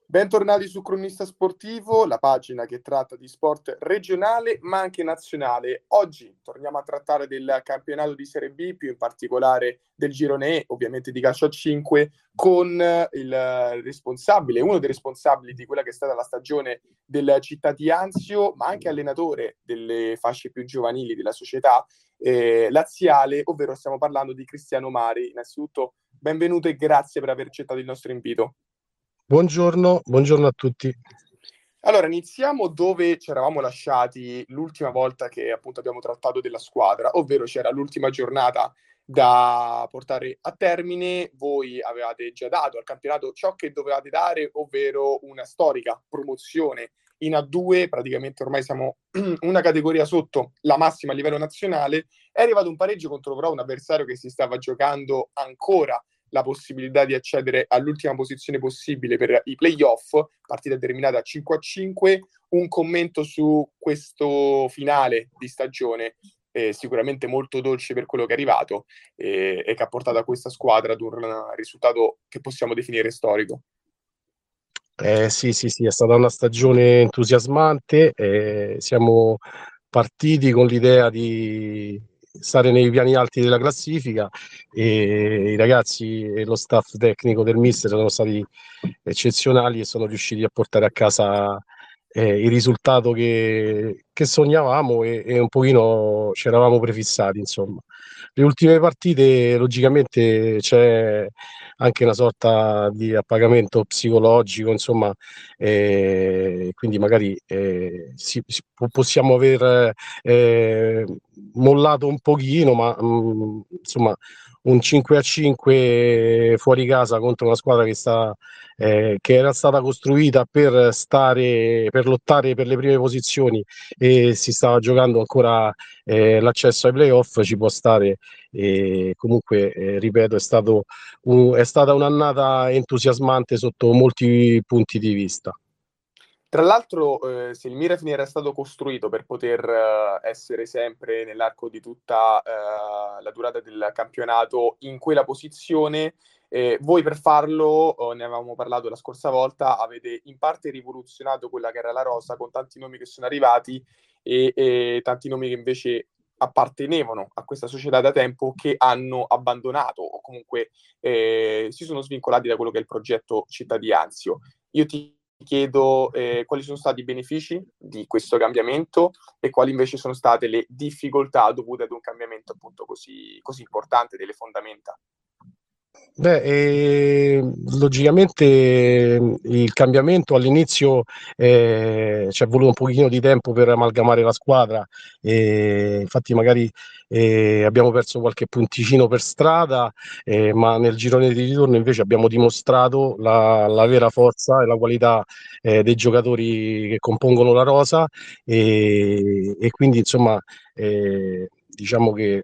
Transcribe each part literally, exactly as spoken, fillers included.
Bentornati su Cronista Sportivo, la pagina che tratta di sport regionale ma anche nazionale. Oggi torniamo a trattare del campionato di Serie B, più in particolare del girone E, ovviamente di calcio a cinque, con il responsabile, uno dei responsabili di quella che è stata la stagione del Città di Anzio, ma anche allenatore delle fasce più giovanili della società eh, laziale, ovvero stiamo parlando di Cristiano Mari. Innanzitutto benvenuto e grazie per aver accettato il nostro invito. Buongiorno, buongiorno a tutti. Allora, iniziamo dove ci eravamo lasciati l'ultima volta che appunto abbiamo trattato della squadra, ovvero c'era l'ultima giornata da portare a termine. Voi avevate già dato al campionato ciò che dovevate dare, ovvero una storica promozione in A due, praticamente ormai siamo una categoria sotto la massima a livello nazionale. È arrivato un pareggio contro però un avversario che si stava giocando ancora la possibilità di accedere all'ultima posizione possibile per i playoff, partita terminata cinque a cinque. Un commento su questo finale di stagione eh, sicuramente molto dolce per quello che è arrivato eh, e che ha portato a questa squadra ad un risultato che possiamo definire storico. Eh, sì, sì, sì, è stata una stagione entusiasmante. Eh, siamo partiti con l'idea di stare nei piani alti della classifica e i ragazzi e lo staff tecnico del mister sono stati eccezionali e sono riusciti a portare a casa eh, il risultato che, che sognavamo e, e un pochino ci eravamo prefissati, insomma. Le ultime partite, logicamente, c'è anche una sorta di appagamento psicologico, insomma, eh, quindi magari eh, si, si, possiamo aver eh, mollato un pochino, ma mh, insomma un cinque a cinque fuori casa contro una squadra che sta eh, che era stata costruita per stare per lottare per le prime posizioni e si stava giocando ancora eh, l'accesso ai playoff, ci può stare. E comunque eh, ripeto, è stato un, è stata un'annata entusiasmante sotto molti punti di vista. Tra l'altro, eh, se il Mirafin era stato costruito per poter eh, essere sempre nell'arco di tutta eh, la durata del campionato in quella posizione, eh, voi per farlo, eh, ne avevamo parlato la scorsa volta, avete in parte rivoluzionato quella che era la rosa con tanti nomi che sono arrivati e, e tanti nomi che invece appartenevano a questa società da tempo che hanno abbandonato o comunque eh, si sono svincolati da quello che è il progetto Città di Anzio. Io ti chiedo eh, quali sono stati i benefici di questo cambiamento e quali invece sono state le difficoltà dovute ad un cambiamento appunto così, così importante delle fondamenta. Beh, eh, logicamente eh, il cambiamento all'inizio eh, ci è voluto un pochino di tempo per amalgamare la squadra, e infatti magari eh, abbiamo perso qualche punticino per strada, eh, ma nel girone di ritorno invece abbiamo dimostrato la, la vera forza e la qualità eh, dei giocatori che compongono la rosa e, e quindi insomma eh, diciamo che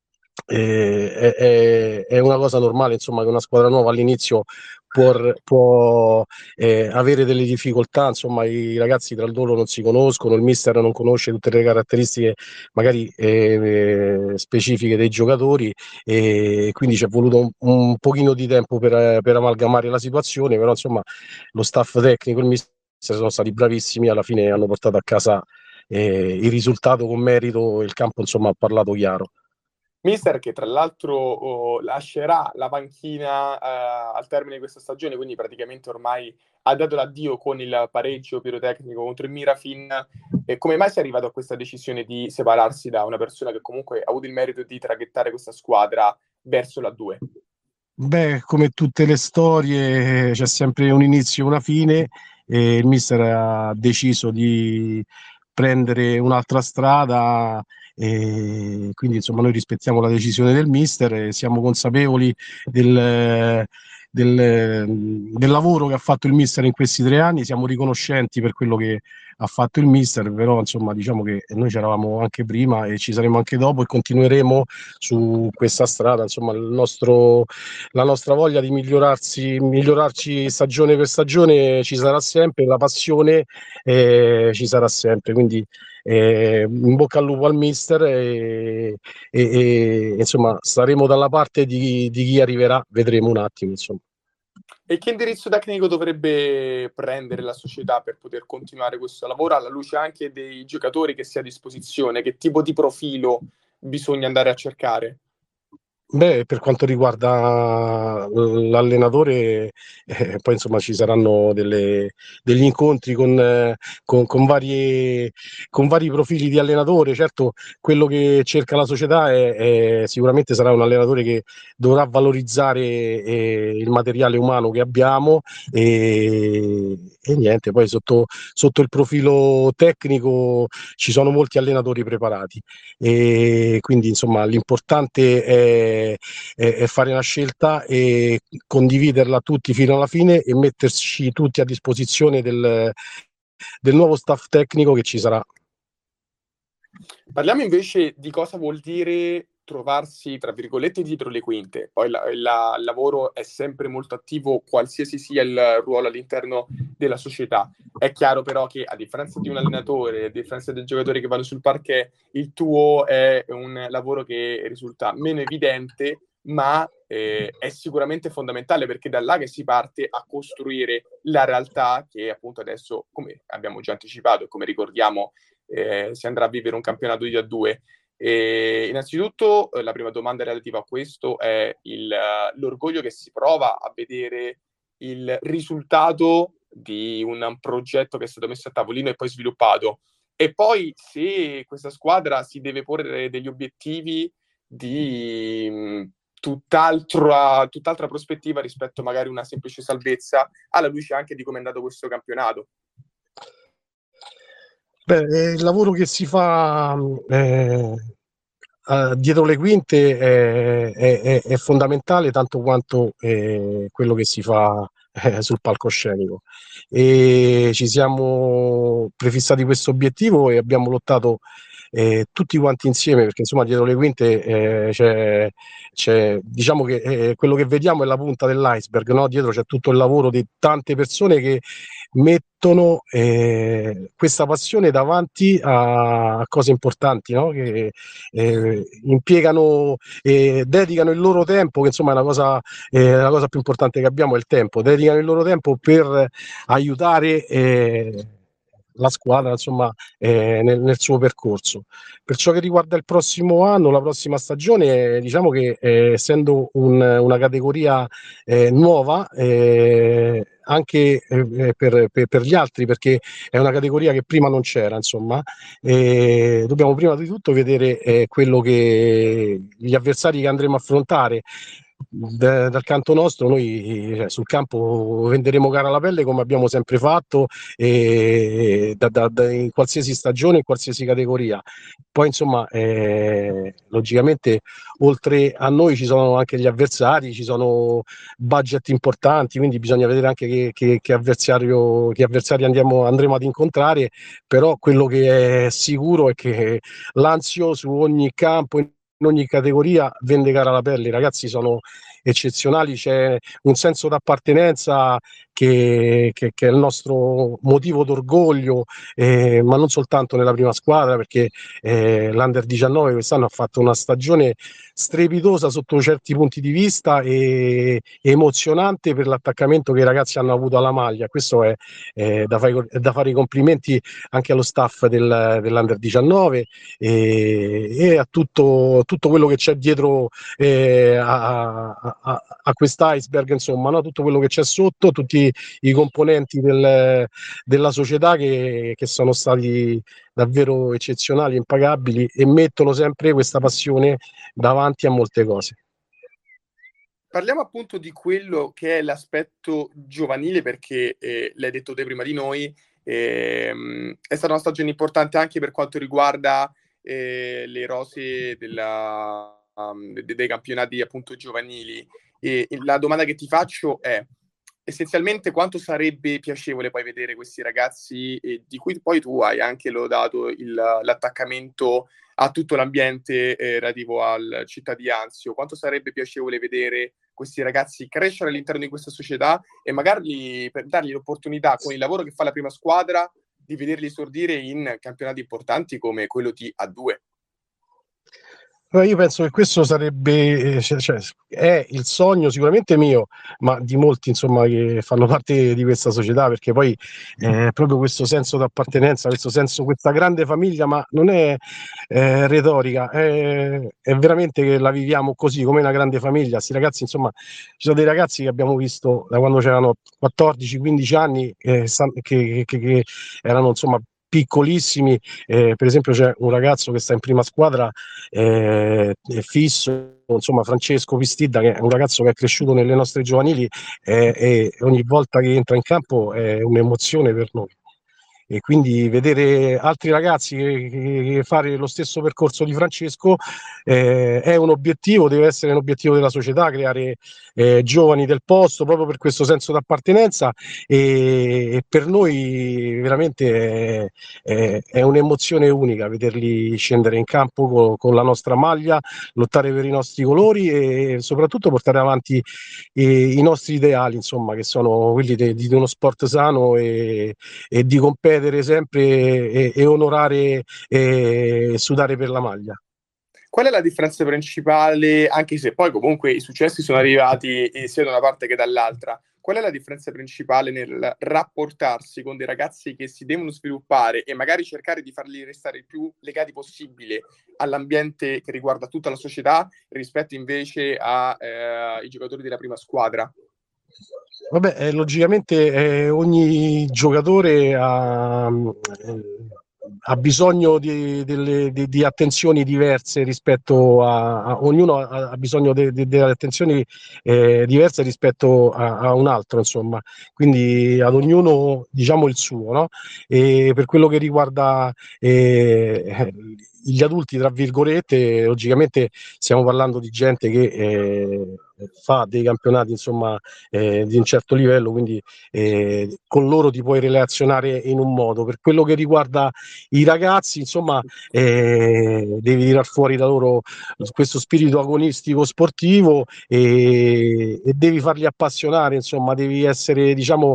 eh, è, è- è una cosa normale, insomma, che una squadra nuova all'inizio può, può eh, avere delle difficoltà, insomma, i ragazzi tra loro non si conoscono, il mister non conosce tutte le caratteristiche magari eh, specifiche dei giocatori e quindi ci è voluto un, un pochino di tempo per, per amalgamare la situazione, però insomma lo staff tecnico e il mister sono stati bravissimi, alla fine hanno portato a casa eh, il risultato con merito, il campo insomma ha parlato chiaro. Mister che tra l'altro oh, lascerà la panchina eh, al termine di questa stagione, quindi praticamente ormai ha dato l'addio con il pareggio pirotecnico contro il Mirafin. E come mai si è arrivato a questa decisione di separarsi da una persona che comunque ha avuto il merito di traghettare questa squadra verso la due? Beh, come tutte le storie, c'è sempre un inizio e una fine e il mister ha deciso di prendere un'altra strada e quindi insomma noi rispettiamo la decisione del mister e siamo consapevoli del, del, del lavoro che ha fatto il mister in questi tre anni, siamo riconoscenti per quello che ha fatto il mister, però insomma diciamo che noi c'eravamo anche prima e ci saremo anche dopo e continueremo su questa strada, insomma il nostro la nostra voglia di migliorarsi, migliorarci stagione per stagione ci sarà sempre, la passione eh, ci sarà sempre, quindi eh, in bocca al lupo al mister e, e, e insomma staremo dalla parte di, di chi arriverà, vedremo un attimo insomma. E che indirizzo tecnico dovrebbe prendere la società per poter continuare questo lavoro, alla luce anche dei giocatori che si ha a disposizione? Che tipo di profilo bisogna andare a cercare? Beh, per quanto riguarda l'allenatore, eh, poi insomma ci saranno delle, degli incontri con, eh, con, con, varie, con vari profili di allenatore. Certo, quello che cerca la società è, è sicuramente sarà un allenatore che dovrà valorizzare eh, il materiale umano che abbiamo e, e niente, poi sotto, sotto il profilo tecnico ci sono molti allenatori preparati e quindi insomma l'importante è è, è fare una scelta e condividerla tutti fino alla fine e metterci tutti a disposizione del, del nuovo staff tecnico che ci sarà. Parliamo invece di cosa vuol dire trovarsi, tra virgolette, dietro le quinte. Poi la, la, il lavoro è sempre molto attivo, qualsiasi sia il ruolo all'interno della società. È chiaro però che, a differenza di un allenatore, a differenza dei giocatori che vanno sul parquet, il tuo è un lavoro che risulta meno evidente, ma eh, è sicuramente fondamentale, perché è da là che si parte a costruire la realtà che appunto adesso, come abbiamo già anticipato e come ricordiamo, eh, si andrà a vivere un campionato di A due. E innanzitutto eh, la prima domanda relativa a questo è il, uh, l'orgoglio che si prova a vedere il risultato di un progetto che è stato messo a tavolino e poi sviluppato, e poi se questa squadra si deve porre degli obiettivi di mh, tutt'altra, tutt'altra prospettiva rispetto magari a una semplice salvezza, alla luce anche di come è andato questo campionato. Beh, il lavoro che si fa eh, eh, dietro le quinte è, è, è fondamentale tanto quanto eh, quello che si fa eh, sul palcoscenico. E ci siamo prefissati questo obiettivo e abbiamo lottato eh, tutti quanti insieme, perché insomma dietro le quinte eh, c'è, c'è, diciamo che eh, quello che vediamo è la punta dell'iceberg, no? Dietro c'è tutto il lavoro di tante persone che mettono eh, questa passione davanti a, a cose importanti, no? Che eh, impiegano e dedicano il loro tempo, che insomma è una cosa, eh, la cosa più importante che abbiamo, è il tempo, dedicano il loro tempo per aiutare eh, la squadra insomma eh, nel, nel suo percorso. Per ciò che riguarda il prossimo anno, la prossima stagione, diciamo che eh, essendo un, una categoria eh, nuova, eh, anche eh, per, per, per gli altri, perché è una categoria che prima non c'era, insomma, e dobbiamo prima di tutto vedere eh, quello che gli avversari che andremo a affrontare. Da, dal canto nostro noi cioè, sul campo venderemo gara alla pelle come abbiamo sempre fatto e da, da, da, in qualsiasi stagione, in qualsiasi categoria. Poi insomma eh, logicamente oltre a noi ci sono anche gli avversari, ci sono budget importanti, quindi bisogna vedere anche che, che, che avversario che avversari andiamo, andremo ad incontrare, però quello che è sicuro è che l'Anzio su ogni campo, in ogni categoria, vende cara alla pelle. I ragazzi sono eccezionali, c'è un senso d'appartenenza che, che, che è il nostro motivo d'orgoglio, eh, ma non soltanto nella prima squadra, perché eh, l'Under diciannove quest'anno ha fatto una stagione strepitosa sotto certi punti di vista e, e emozionante per l'attaccamento che i ragazzi hanno avuto alla maglia. Questo è, è da, fare, è da fare i complimenti anche allo staff del, dell'Under diciannove e, e a tutto, tutto quello che c'è dietro eh, a, a, a quest'iceberg, insomma, no? Tutto quello che c'è sotto, tutti i componenti del, della società che, che sono stati davvero eccezionali, impagabili e mettono sempre questa passione davanti a molte cose. Parliamo appunto di quello che è l'aspetto giovanile, perché eh, l'hai detto te prima di noi, ehm, è stata una stagione importante anche per quanto riguarda eh, le rose della, um, de- dei campionati appunto giovanili. E la domanda che ti faccio è essenzialmente quanto sarebbe piacevole poi vedere questi ragazzi, eh, di cui poi tu hai anche lodato il, l'attaccamento a tutto l'ambiente eh, relativo al città di Anzio, quanto sarebbe piacevole vedere questi ragazzi crescere all'interno di questa società e magari per dargli l'opportunità, con il lavoro che fa la prima squadra, di vederli esordire in campionati importanti come quello di A due. Io penso che questo sarebbe, eh, cioè, cioè, è il sogno sicuramente mio, ma di molti insomma che fanno parte di questa società, perché poi eh, proprio questo senso di appartenenza, questo senso, questa grande famiglia, ma non è eh, retorica, è, è veramente che la viviamo così, come una grande famiglia. Questi ragazzi, insomma, ci sono dei ragazzi che abbiamo visto da quando c'erano quattordici quindici anni, eh, che, che, che erano insomma piccolissimi. Eh, per esempio c'è un ragazzo che sta in prima squadra, eh, è fisso, insomma Francesco Pistidda, che è un ragazzo che è cresciuto nelle nostre giovanili, eh, e ogni volta che entra in campo è un'emozione per noi. E quindi vedere altri ragazzi che, che, che fare lo stesso percorso di Francesco eh, è un obiettivo, deve essere un obiettivo della società, creare eh, giovani del posto proprio per questo senso d'appartenenza, e, e per noi veramente è, è, è un'emozione unica vederli scendere in campo con, con la nostra maglia, lottare per i nostri colori e soprattutto portare avanti i, i nostri ideali, insomma, che sono quelli de, di uno sport sano e, e di competere sempre e, e onorare e sudare per la maglia. Qual è la differenza principale, anche se poi comunque i successi sono arrivati sia da una parte che dall'altra, qual è la differenza principale nel rapportarsi con dei ragazzi che si devono sviluppare e magari cercare di farli restare il più legati possibile all'ambiente che riguarda tutta la società rispetto invece ai eh, giocatori della prima squadra? Vabbè, eh, logicamente eh, ogni giocatore ha, eh, ha bisogno di, delle, di, di attenzioni diverse rispetto a, a ognuno ha, ha bisogno de, de, delle attenzioni eh, diverse rispetto a, a un altro, insomma, quindi ad ognuno diciamo il suo, no? E per quello che riguarda eh, gli adulti, tra virgolette, logicamente stiamo parlando di gente che eh, fa dei campionati, insomma, eh, di un certo livello, quindi eh, con loro ti puoi relazionare in un modo. Per quello che riguarda i ragazzi, insomma, eh, devi tirar fuori da loro questo spirito agonistico sportivo e, e devi farli appassionare, insomma, devi essere, diciamo,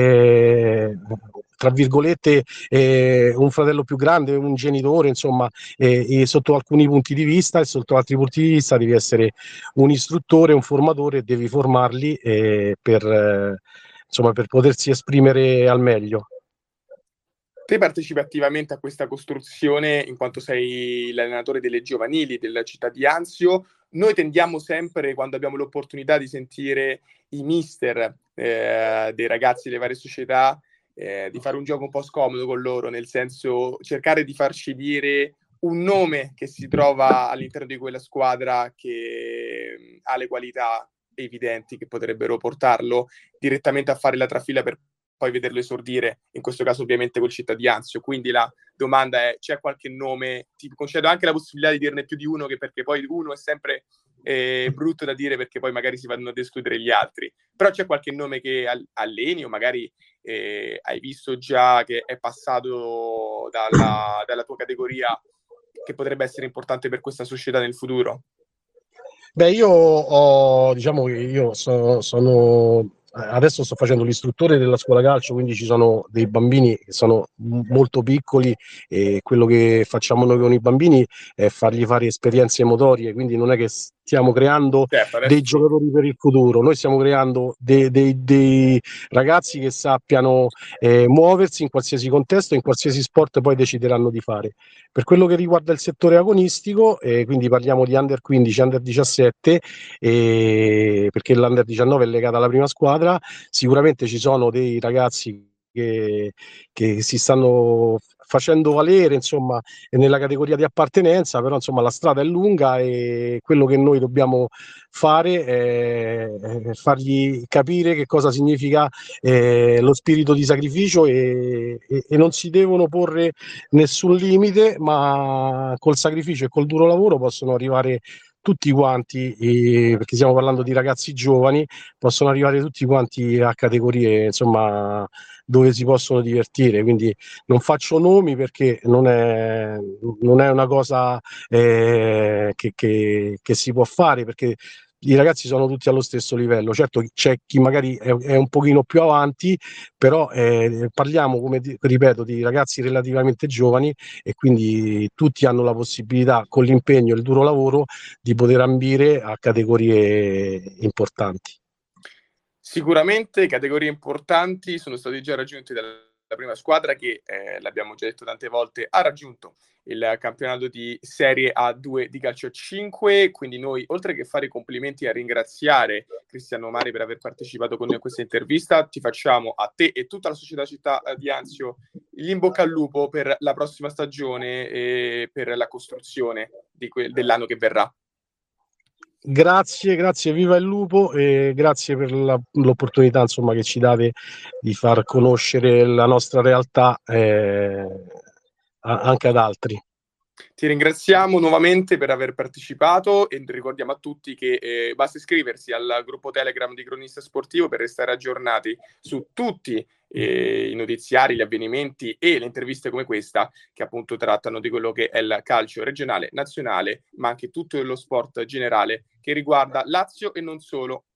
eh, tra virgolette, eh, un fratello più grande, un genitore, insomma, eh, e sotto alcuni punti di vista e sotto altri punti di vista devi essere un istruttore, un formatore, devi formarli eh, per, eh, insomma, per potersi esprimere al meglio. Te partecipi attivamente a questa costruzione in quanto sei l'allenatore delle giovanili della città di Anzio. Noi tendiamo sempre, quando abbiamo l'opportunità di sentire i mister eh, dei ragazzi delle varie società, eh, di fare un gioco un po' scomodo con loro, nel senso cercare di farci dire un nome che si trova all'interno di quella squadra che ha le qualità evidenti che potrebbero portarlo direttamente a fare la trafila per poi vederlo esordire, in questo caso ovviamente col Città di Anzio. Quindi la domanda è: c'è qualche nome? Ti concedo anche la possibilità di dirne più di uno, che perché poi uno è sempre eh, brutto da dire, perché poi magari si vanno ad escludere gli altri. Però c'è qualche nome che alleni o magari eh, hai visto già che è passato dalla, dalla tua categoria, che potrebbe essere importante per questa società nel futuro? Beh, io ho, diciamo che io so, sono adesso sto facendo l'istruttore della scuola calcio, quindi ci sono dei bambini che sono molto piccoli e quello che facciamo noi con i bambini è fargli fare esperienze motorie, quindi non è che stiamo creando Certo, dei adesso sì. giocatori per il futuro, noi stiamo creando dei, dei, dei ragazzi che sappiano eh, muoversi in qualsiasi contesto, in qualsiasi sport poi decideranno di fare. Per quello che riguarda il settore agonistico, eh, quindi parliamo di under quindici, under diciassette, eh, perché l'under diciannove è legata alla prima squadra, sicuramente ci sono dei ragazzi che, che si stanno facendo valere, insomma, nella categoria di appartenenza, però insomma la strada è lunga e quello che noi dobbiamo fare è fargli capire che cosa significa eh, lo spirito di sacrificio e, e, e non si devono porre nessun limite, ma col sacrificio e col duro lavoro possono arrivare tutti quanti, eh, perché stiamo parlando di ragazzi giovani, possono arrivare tutti quanti a categorie, insomma, dove si possono divertire. Quindi non faccio nomi perché non è, non è una cosa eh, che, che, che si può fare, perché i ragazzi sono tutti allo stesso livello. Certo c'è chi magari è, è un pochino più avanti, però eh, parliamo, come di, ripeto, di ragazzi relativamente giovani, e quindi tutti hanno la possibilità, con l'impegno e il duro lavoro, di poter ambire a categorie importanti. Sicuramente categorie importanti sono stati già raggiunti dalla prima squadra che, eh, l'abbiamo già detto tante volte, ha raggiunto il campionato di Serie A due di calcio a cinque, quindi noi, oltre che fare i complimenti e a ringraziare Cristiano Mari per aver partecipato con noi a questa intervista, ti facciamo, a te e tutta la società città di Anzio, gli in bocca al lupo per la prossima stagione e per la costruzione di que- dell'anno che verrà. Grazie, grazie, viva il lupo, e grazie per la, l'opportunità, insomma, che ci date di far conoscere la nostra realtà eh, anche ad altri. Ti ringraziamo nuovamente per aver partecipato e ricordiamo a tutti che eh, basta iscriversi al gruppo Telegram di Cronista Sportivo per restare aggiornati su tutti eh, i notiziari, gli avvenimenti e le interviste come questa, che appunto trattano di quello che è il calcio regionale, nazionale, ma anche tutto lo sport generale che riguarda Lazio e non solo.